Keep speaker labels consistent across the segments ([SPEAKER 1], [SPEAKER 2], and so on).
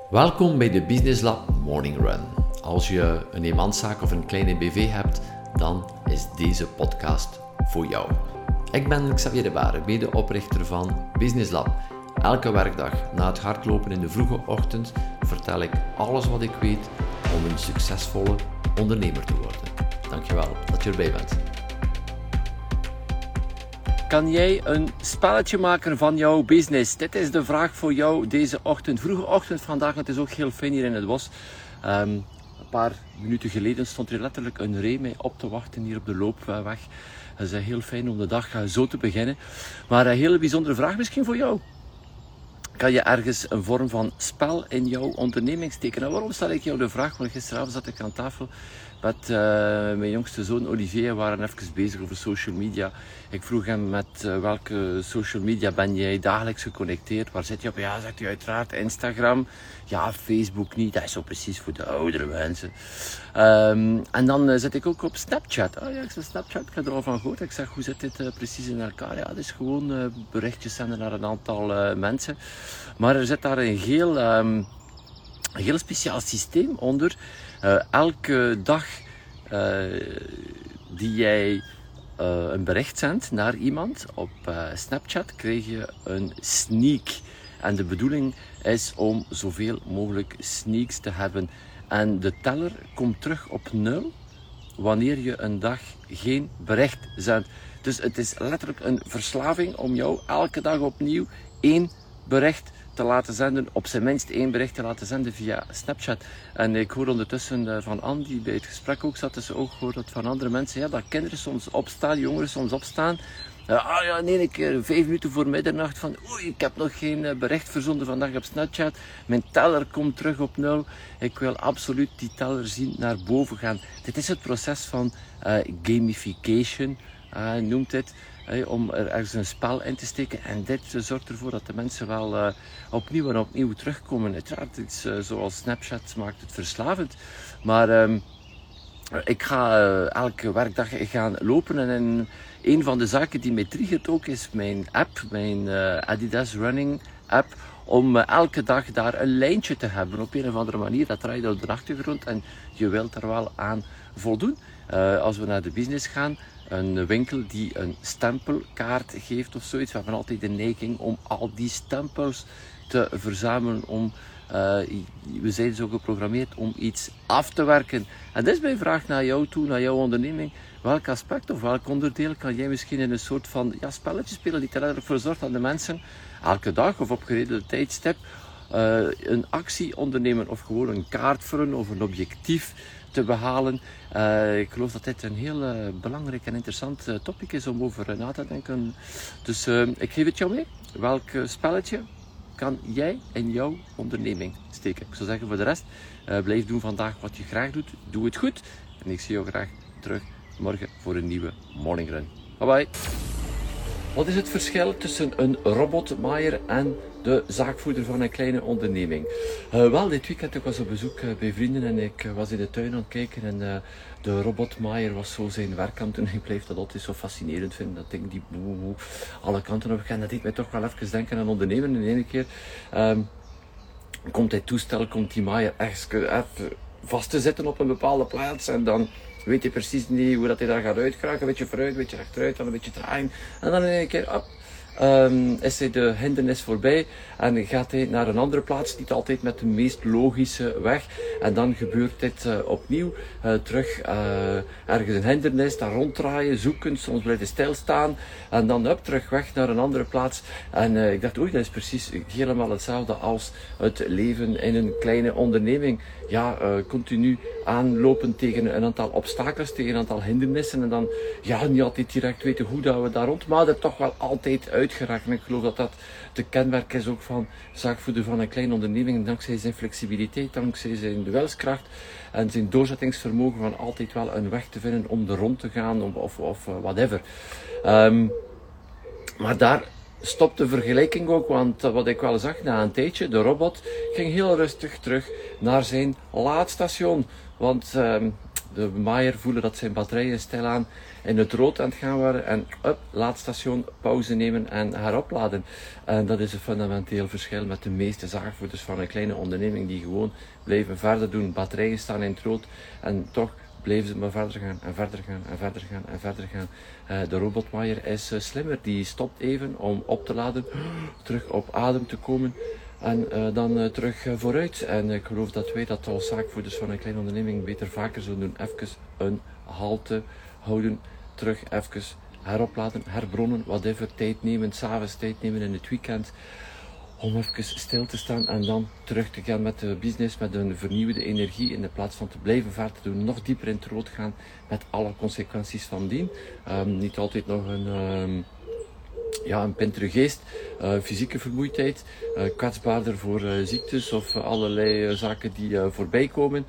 [SPEAKER 1] Welkom bij de Business Lab Morning Run. Als je een eenmanszaak of een kleine BV hebt, dan is deze podcast voor jou. Ik ben Xavier de Baren, medeoprichter van Business Lab. Elke werkdag na het hardlopen in de vroege ochtend vertel ik alles wat ik weet om een succesvolle ondernemer te worden. Dankjewel dat je erbij bent.
[SPEAKER 2] Kan jij een spelletje maken van jouw business? Dit is de vraag voor jou deze ochtend. Vroege ochtend vandaag, het is ook heel fijn hier in het bos. Een paar minuten geleden stond er letterlijk een ree mij op te wachten hier op de loopweg. Het is heel fijn om de dag zo te beginnen. Maar een hele bijzondere vraag misschien voor jou. Kan je ergens een vorm van spel in jouw onderneming steken? En waarom stel ik jou de vraag? Want gisteravond zat ik aan tafel met mijn jongste zoon Olivier. We waren even bezig over social media. Ik vroeg hem met welke social media ben jij dagelijks geconnecteerd? Waar zit je op? Ja, zegt hij uiteraard Instagram. Ja, Facebook niet. Dat is zo precies voor de oudere mensen. En dan zit ik ook op Snapchat. Oh ja, ik zeg Snapchat, ik heb er al van gehoord. Ik zeg, hoe zit dit precies in elkaar? Ja, dat is gewoon berichtjes zenden naar een aantal mensen. Maar er zit daar een heel speciaal systeem onder. Elke dag die jij een bericht zendt naar iemand op Snapchat, krijg je een sneak. En de bedoeling is om zoveel mogelijk sneaks te hebben. En de teller komt terug op 0 wanneer je een dag geen bericht zendt. Dus het is letterlijk een verslaving om jou elke dag opnieuw 1 bericht te laten zenden, op zijn minst 1 bericht te laten zenden via Snapchat. En ik hoor ondertussen van Anne, die bij het gesprek ook zat, dus ook hoor dat van andere mensen, ja, dat kinderen soms opstaan, jongeren soms opstaan. Een keer 5 minuten voor middernacht van, oei, ik heb nog geen bericht verzonden vandaag op Snapchat. Mijn teller komt terug op 0. Ik wil absoluut die teller zien naar boven gaan. Dit is het proces van gamification, noemt dit. Om er ergens een spel in te steken. En dit zorgt ervoor dat de mensen wel opnieuw en opnieuw terugkomen. Uiteraard, iets zoals Snapchat maakt het verslavend. Maar ik ga elke werkdag gaan lopen. En een van de zaken die mij triggert ook is mijn app. Mijn Adidas Running app. Om elke dag daar een lijntje te hebben. Op een of andere manier. Dat draait op de achtergrond. En je wilt er wel aan voldoen. Als we naar de business gaan. Een winkel die een stempelkaart geeft of zoiets. We hebben altijd de neiging om al die stempels te verzamelen. We zijn zo geprogrammeerd om iets af te werken. En dat is mijn vraag naar jou toe, naar jouw onderneming. Welk aspect of welk onderdeel kan jij misschien in een soort van spelletje spelen die er letterlijk voor zorgt dat de mensen elke dag of op geredelde tijdstip een actie ondernemen of gewoon een kaart vullen of een objectief te behalen. Ik geloof dat dit een heel belangrijk en interessant topic is om over na te denken. Dus ik geef het jou mee. Welk spelletje kan jij in jouw onderneming steken? Ik zou zeggen voor de rest, blijf doen vandaag wat je graag doet. Doe het goed. En ik zie jou graag terug morgen voor een nieuwe morning run. Bye bye. Wat is het verschil tussen een robotmaaier en de zaakvoerder van een kleine onderneming? Wel, dit weekend ik was op bezoek bij vrienden en ik was in de tuin aan het kijken en de robotmaaier was zo zijn werk aan het doen. Ik blijf dat altijd zo fascinerend vinden, dat ding die alle kanten op gaat. Dat deed mij toch wel even denken aan ondernemen. In één keer komt hij toestel, komt die maaier echt vast te zitten op een bepaalde plaats en dan weet je precies niet hoe dat hij daar gaat uitkraken. Een beetje vooruit, een beetje achteruit, dan een beetje draaien. En dan in één keer is hij de hindernis voorbij en gaat hij naar een andere plaats, niet altijd met de meest logische weg. En dan gebeurt dit opnieuw, terug ergens een hindernis, dan ronddraaien, zoeken, soms blijven stilstaan en dan terug weg naar een andere plaats. En ik dacht, oei, dat is precies helemaal hetzelfde als het leven in een kleine onderneming. Ja, continu aanlopen tegen een aantal obstakels, tegen een aantal hindernissen en dan niet altijd direct weten hoe dat we daar rond, maar er toch wel altijd uitgeraakt. En ik geloof dat dat de kenmerk is ook van zaakvoerder van een kleine onderneming, dankzij zijn flexibiliteit, dankzij zijn wilskracht en zijn doorzettingsvermogen van altijd wel een weg te vinden om er rond te gaan of whatever. Maar daar stopt de vergelijking ook, want wat ik wel zag na een tijdje, de robot ging heel rustig terug naar zijn laadstation. Want de maaier voelen dat zijn batterijen stilaan in het rood aan het gaan waren en laadstation, pauze nemen en heropladen. En dat is een fundamenteel verschil met de meeste zaagvoerders van een kleine onderneming die gewoon blijven verder doen. Batterijen staan in het rood en toch blijven ze maar verder gaan en verder gaan en verder gaan en verder gaan. De robotmaaier is slimmer, die stopt even om op te laden, terug op adem te komen. En dan terug vooruit. En ik geloof dat wij dat als zaakvoerders van een kleine onderneming beter vaker zullen doen. Even een halte houden, terug even heropladen, herbronnen, whatever, tijd nemen, 's avonds tijd nemen in het weekend. Om even stil te staan en dan terug te gaan met de business, met een vernieuwde energie, in de plaats van te blijven verder doen, nog dieper in het rood gaan, met alle consequenties van dien. Niet altijd nog een pintere geest, fysieke vermoeidheid, kwetsbaarder voor ziektes of allerlei zaken die voorbij komen.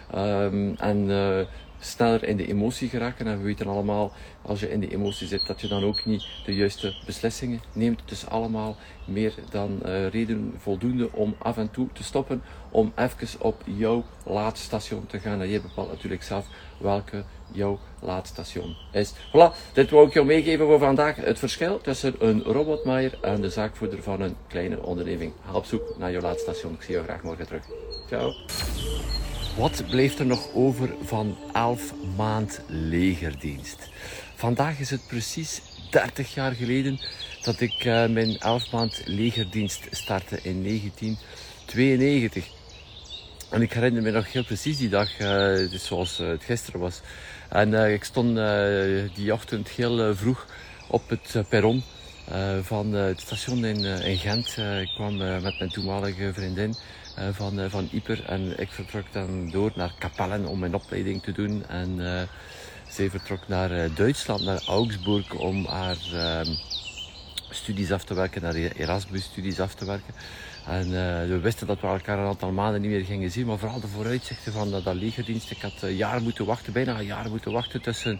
[SPEAKER 2] Sneller in de emotie geraken. En we weten allemaal, als je in de emotie zit, dat je dan ook niet de juiste beslissingen neemt. Dus allemaal meer dan reden voldoende om af en toe te stoppen, om even op jouw laadstation te gaan. En je bepaalt natuurlijk zelf welke jouw laadstation is. Voilà, dit wou ik jou meegeven voor vandaag. Het verschil tussen een robotmaaier en de zaakvoerder van een kleine onderneming. Ga op zoek naar jouw laadstation. Ik zie jou graag morgen terug. Ciao. Wat blijft er nog over van 11 maand legerdienst? Vandaag is het precies 30 jaar geleden dat ik mijn 11 maand legerdienst startte in 1992. En ik herinner me nog heel precies die dag, dus zoals het gisteren was. En ik stond die ochtend heel vroeg op het perron van het station in Gent. Ik kwam met mijn toenmalige vriendin van Ieper en ik vertrok dan door naar Kapellen om mijn opleiding te doen. En zij vertrok naar Duitsland, naar Augsburg, om haar studies af te werken, naar Erasmus-studies af te werken. En we wisten dat we elkaar een aantal maanden niet meer gingen zien, maar vooral de vooruitzichten van dat legerdienst. Ik had bijna een jaar moeten wachten tussen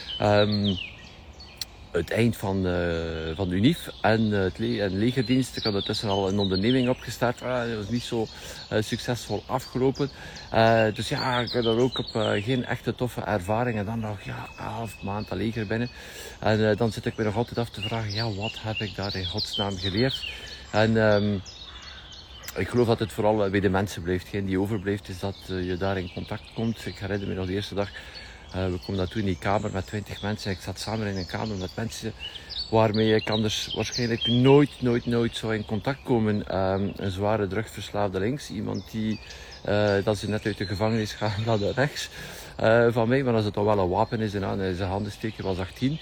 [SPEAKER 2] het eind van de UNIF en legerdienst. Ik had ondertussen al een onderneming opgestart. Dat was niet zo succesvol afgelopen. Dus ja, ik had er ook op geen echte toffe ervaring. En dan nog 11 maanden leger binnen. En dan zit ik me nog altijd af te vragen, wat heb ik daar in godsnaam geleerd? En ik geloof dat het vooral bij de mensen blijft. Hetgeen die overblijft is dat je daar in contact komt. Ik herinner me nog de eerste dag. We komen naartoe in die kamer met 20 mensen. Ik zat samen in een kamer met mensen waarmee ik anders waarschijnlijk nooit zou in contact komen. Een zware drugsverslaafde links. Iemand die, dat ze net uit de gevangenis gaan naar de rechts van mij. Maar als het dan wel een wapen is en aan zijn handen steken, was 18.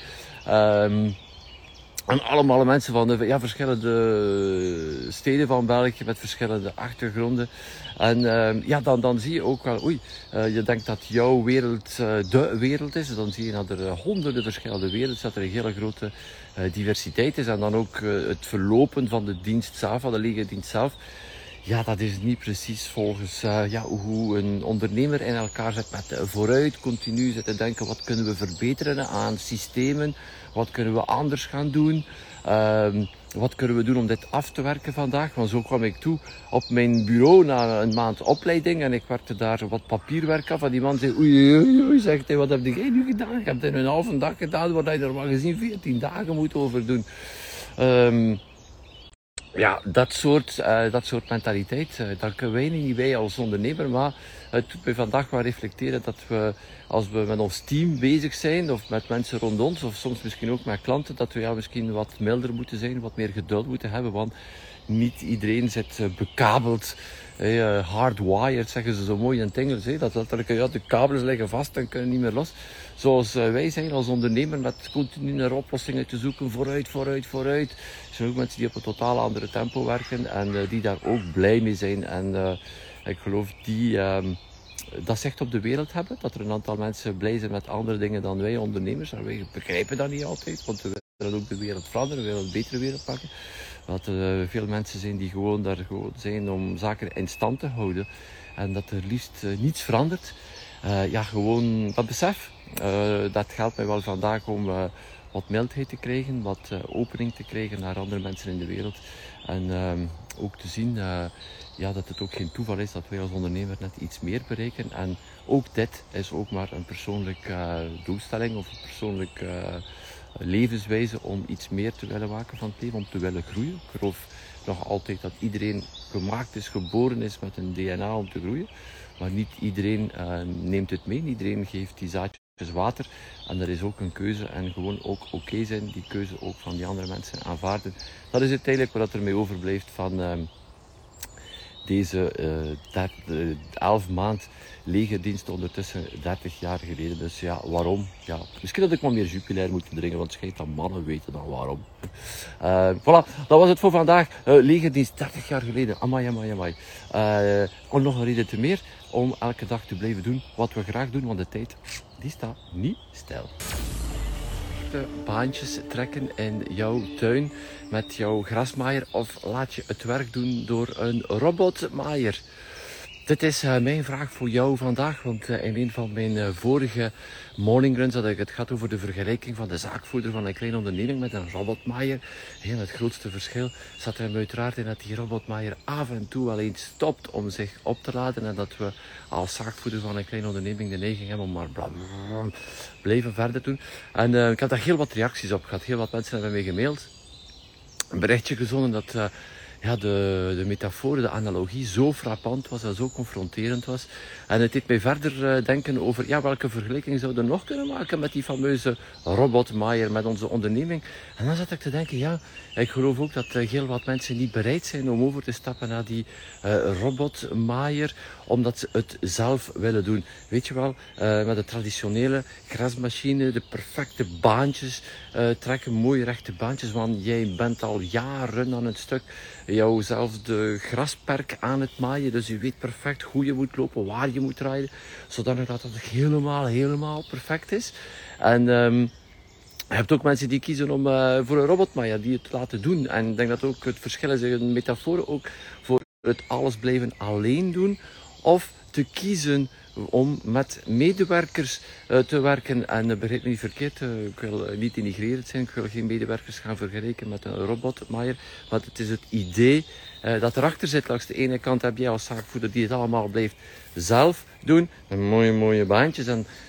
[SPEAKER 2] En allemaal mensen van verschillende steden van België met verschillende achtergronden. En dan zie je ook wel, je denkt dat jouw wereld de wereld is. Dan zie je dat er honderden verschillende werelden, dat er een hele grote diversiteit is. En dan ook het verlopen van de dienst zelf, van de legerdienst zelf. Ja, dat is niet precies volgens hoe een ondernemer in elkaar zit met vooruit, continu zit te denken, wat kunnen we verbeteren aan systemen, wat kunnen we anders gaan doen, wat kunnen we doen om dit af te werken vandaag. Want zo kwam ik toe op mijn bureau na een maand opleiding en ik werkte daar wat papierwerk af en die man zei, oei, zegt hij, wat heb jij nu gedaan? Ik heb het in een halve dag gedaan, waar je normaal gezien 14 dagen moet over doen. Dat soort mentaliteit, daar kunnen wij niet bij als ondernemer, maar het doet mij vandaag wel reflecteren dat we, als we met ons team bezig zijn, of met mensen rond ons, of soms misschien ook met klanten, dat we misschien wat milder moeten zijn, wat meer geduld moeten hebben, want niet iedereen zit bekabeld, hardwired, zeggen ze zo mooi in het Engels, dat de kabels liggen vast en kunnen niet meer los. Zoals wij zijn als ondernemer met continu naar oplossingen te zoeken, vooruit. Er zijn ook mensen die op een totaal andere tempo werken en die daar ook blij mee zijn. En ik geloof die dat zicht op de wereld hebben, dat er een aantal mensen blij zijn met andere dingen dan wij ondernemers. En wij begrijpen dat niet altijd, want we willen ook de wereld veranderen, we willen een betere wereld maken. Dat er veel mensen zijn die gewoon daar zijn om zaken in stand te houden. En dat er liefst niets verandert. Gewoon dat besef. Dat helpt mij wel vandaag om wat mildheid te krijgen, wat opening te krijgen naar andere mensen in de wereld. En ook te zien dat het ook geen toeval is dat wij als ondernemer net iets meer bereiken. En ook dit is ook maar een persoonlijke doelstelling of een persoonlijke levenswijze om iets meer te willen maken van het leven, om te willen groeien. Ik geloof nog altijd dat iedereen gemaakt is, geboren is met een DNA om te groeien. Maar niet iedereen neemt het mee, niet iedereen geeft die zaadjes water. En er is ook een keuze en gewoon ook oké zijn, die keuze ook van die andere mensen aanvaarden. Dat is uiteindelijk wat er mee overblijft van deze 11 maand legerdienst, ondertussen 30 jaar geleden. Dus ja, waarom? Ja, misschien had ik maar meer Jupiler moeten drinken, want het schijnt dat mannen weten dan waarom. Voilà, dat was het voor vandaag. Legerdienst 30 jaar geleden. Amai. Nog een reden te meer om elke dag te blijven doen wat we graag doen, want de tijd die staat niet stil. Baantjes trekken in jouw tuin met jouw grasmaaier of laat je het werk doen door een robotmaaier? Dit is mijn vraag voor jou vandaag, want in een van mijn vorige morningruns had ik het gehad over de vergelijking van de zaakvoerder van een kleine onderneming met een robotmaaier. En het grootste verschil zat er uiteraard in dat die robotmaaier af en toe alleen stopt om zich op te laden en dat we als zaakvoerder van een kleine onderneming de neiging hebben om maar blijven verder doen. En ik heb daar heel wat reacties op gehad, heel wat mensen hebben mij gemaild. Een berichtje gezonden dat de metafoor, de analogie zo frappant was en zo confronterend was. En het deed mij verder denken over welke vergelijking zouden we nog kunnen maken met die fameuze robotmaaier, met onze onderneming. En dan zat ik te denken, ik geloof ook dat heel wat mensen niet bereid zijn om over te stappen naar die robotmaaier, omdat ze het zelf willen doen. Weet je wel, met de traditionele grasmachine, de perfecte baantjes trekken, mooie rechte baantjes, want jij bent al jaren aan het stuk jouzelf de grasperk aan het maaien, dus je weet perfect hoe je moet lopen, waar je moet rijden, zodanig dat het helemaal perfect is. En je hebt ook mensen die kiezen om voor een robotmaaier die het laten doen. En ik denk dat ook het verschil is in een metafoor ook voor het alles blijven alleen doen of te kiezen om met medewerkers te werken. En begrijp me niet verkeerd, ik wil niet denigrerend zijn, ik wil geen medewerkers gaan vergelijken met een robotmaaier, maar het is het idee dat erachter zit. Langs de ene kant heb jij als zaakvoerder die het allemaal blijft zelf doen, mooie baantjes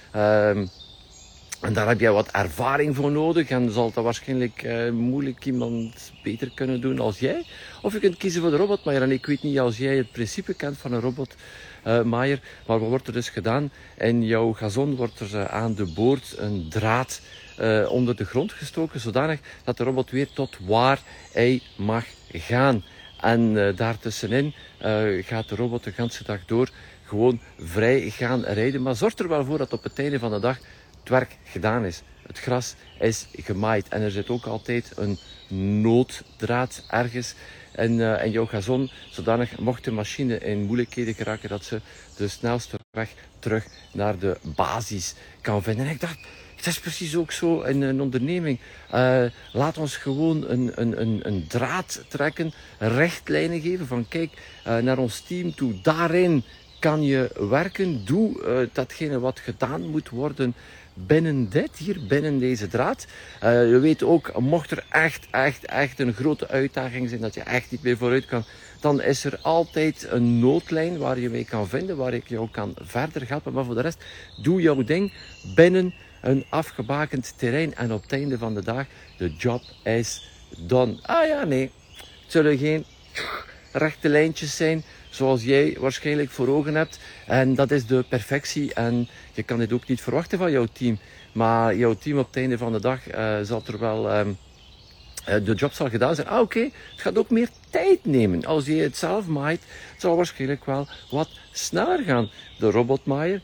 [SPEAKER 2] en daar heb jij wat ervaring voor nodig en zal dat waarschijnlijk moeilijk iemand beter kunnen doen als jij. Of je kunt kiezen voor de robotmaaier. En ik weet niet als jij het principe kent van een robotmaaier, maar wat wordt er dus gedaan? In jouw gazon wordt er aan de boord een draad onder de grond gestoken, zodanig dat de robot weet tot waar hij mag gaan. En daartussenin gaat de robot de hele dag door gewoon vrij gaan rijden, maar zorgt er wel voor dat op het einde van de dag het werk gedaan is. Het gras is gemaaid en er zit ook altijd een nooddraad ergens in jouw gazon, zodanig mocht de machine in moeilijkheden geraken dat ze de snelste weg terug naar de basis kan vinden. En ik dacht, het is precies ook zo in een onderneming. Laat ons gewoon een draad trekken, richtlijnen geven van kijk naar ons team toe, daarin kan je werken, doe datgene wat gedaan moet worden binnen binnen deze draad. Je weet ook, mocht er echt een grote uitdaging zijn, dat je echt niet meer vooruit kan, dan is er altijd een noodlijn waar je mee kan vinden, waar ik jou kan verder helpen. Maar voor de rest, doe jouw ding binnen een afgebakend terrein en op het einde van de dag, de job is done. Het zullen geen rechte lijntjes zijn, zoals jij waarschijnlijk voor ogen hebt. En dat is de perfectie. En je kan dit ook niet verwachten van jouw team. Maar jouw team op het einde van de dag zal er wel... de job zal gedaan zijn. Oké, het gaat ook meer tijd nemen. Als je het zelf maait, zal het waarschijnlijk wel wat sneller gaan. De robotmaaier,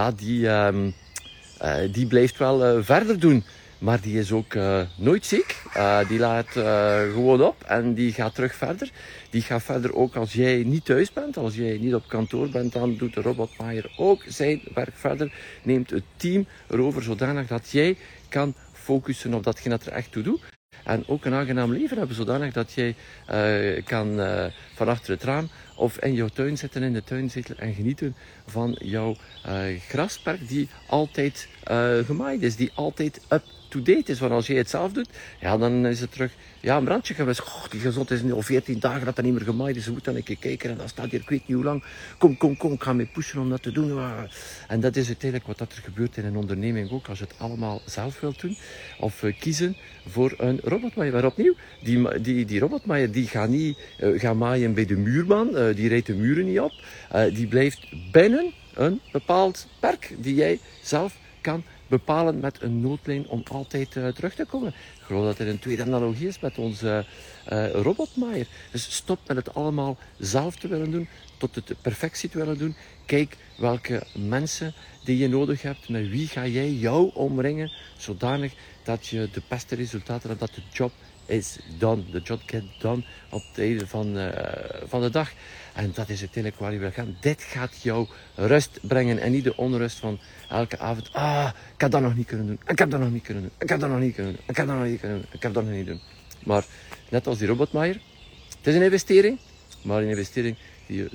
[SPEAKER 2] die blijft wel verder doen. Maar die is ook nooit ziek. Die laat gewoon op en die gaat terug verder. Die gaat verder ook als jij niet thuis bent, als jij niet op kantoor bent, dan doet de robotmaaier ook zijn werk verder. Neemt het team erover zodanig dat jij kan focussen op datgene dat er echt toe doet. En ook een aangenaam leven hebben, zodanig dat jij kan van achter het raam of in jouw tuin zitten, in de tuinzetel en genieten van jouw grasperk die altijd gemaaid is, die altijd up-to-date is. Want als jij het zelf doet, ja, dan is het terug een brandje geweest. Die gezond is nu al 14 dagen dat er niet meer gemaaid is. Je moet dan een keer kijken en dan staat hier, ik weet niet hoe lang. Kom, ik ga mee pushen om dat te doen. En dat is uiteindelijk wat er gebeurt in een onderneming ook. Als je het allemaal zelf wilt doen. Of kiezen voor een robotmaaier. Maar opnieuw, die robotmaaier die gaat niet gaan maaien bij de muurman. Die rijdt de muren niet op. Die blijft binnen een bepaald perk die jij zelf kan bepalen met een noodlijn om altijd terug te komen. Ik geloof dat er een tweede analogie is met onze robotmaaier. Dus stop met het allemaal zelf te willen doen, tot de perfectie te willen doen. Kijk welke mensen die je nodig hebt, met wie ga jij jou omringen, zodanig dat je de beste resultaten hebt, dat de job is done. The job get done op het einde van de dag. En dat is uiteindelijk waar je wil gaan. Dit gaat jou rust brengen en niet de onrust van elke avond. Ik heb dat nog niet kunnen doen. Ik heb dat nog niet kunnen doen. Ik heb dat nog niet kunnen doen. Ik heb dat nog niet kunnen doen. Ik heb dat nog niet doen. Maar net als die robotmaaier. Het is een investering. Maar een investering die je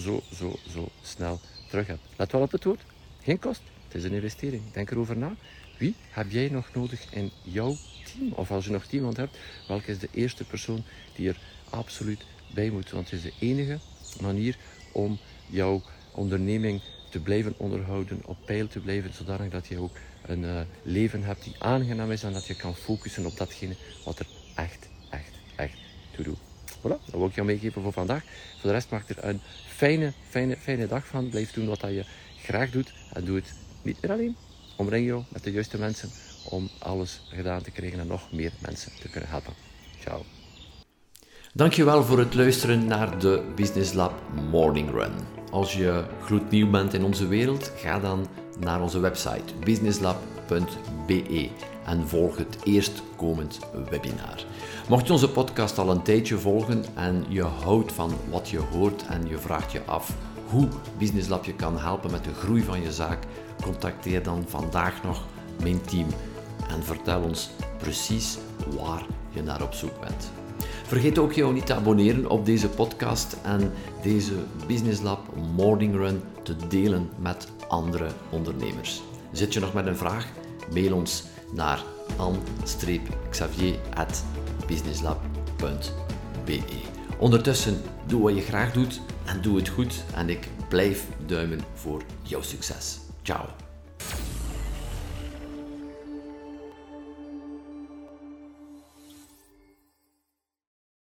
[SPEAKER 2] zo snel terug hebt. Let wel op het woord. Geen kost. Het is een investering. Denk erover na. Wie heb jij nog nodig in jouw team? Of als je nog iemand hebt, welke is de eerste persoon die er absoluut bij moet? Want het is de enige manier om jouw onderneming te blijven onderhouden, op peil te blijven, zodanig dat je ook een leven hebt die aangenaam is en dat je kan focussen op datgene wat er echt toe doet. Voilà, dat wil ik jou meegeven voor vandaag. Voor de rest maak er een fijne dag van. Blijf doen wat je graag doet en doe het niet meer alleen. Omring jou met de juiste mensen om alles gedaan te krijgen en nog meer mensen te kunnen helpen. Ciao.
[SPEAKER 1] Dankjewel voor het luisteren naar de Business Lab Morning Run. Als je gloednieuw bent in onze wereld, ga dan naar onze website businesslab.be en volg het eerstkomend webinar. Mocht je onze podcast al een tijdje volgen en je houdt van wat je hoort en je vraagt je af hoe Business Lab je kan helpen met de groei van je zaak, contacteer dan vandaag nog mijn team en vertel ons precies waar je naar op zoek bent. Vergeet ook jou niet te abonneren op deze podcast en deze Business Lab Morning Run te delen met andere ondernemers. Zit je nog met een vraag? Mail ons naar an-xavier@businesslab.be. Ondertussen, doe wat je graag doet en doe het goed en ik blijf duimen voor jouw succes. Ciao.